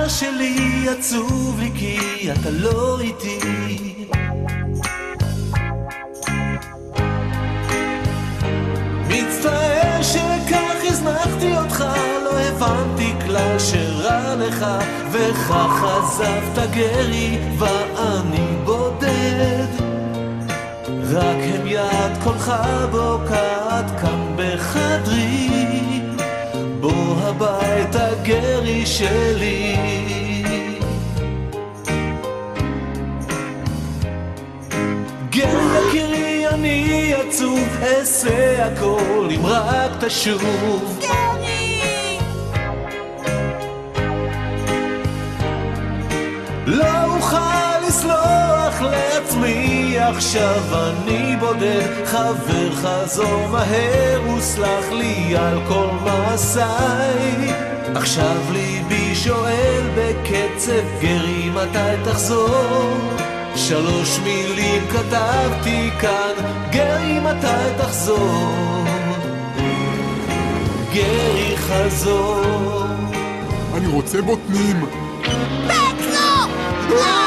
שלי עצוב לי כי אתה לא איתי. מצטער שכך הזנחתי אותך, לא הבנתי כלל שרע לך, וכך עזבת גרי ואני בודד. רק הם יד קולך בוקעת כאן בחדרי, בוא הביתה גרי שלי. גרי יקירי אני עצוב, אעשה הכל אם רק תשוב. לא אוכל לסלוח לעצמי, עכשיו אני בודד. חבר חזור מהר וסלח לי על כל מעשיי. עכשיו ליבי שואל בקצב גרי מתי תחזור. 3 מילים כתבתי כאן, גרי מתי תחזור. גרי חזור. אני רוצה בוטנים. בטח לא! לא!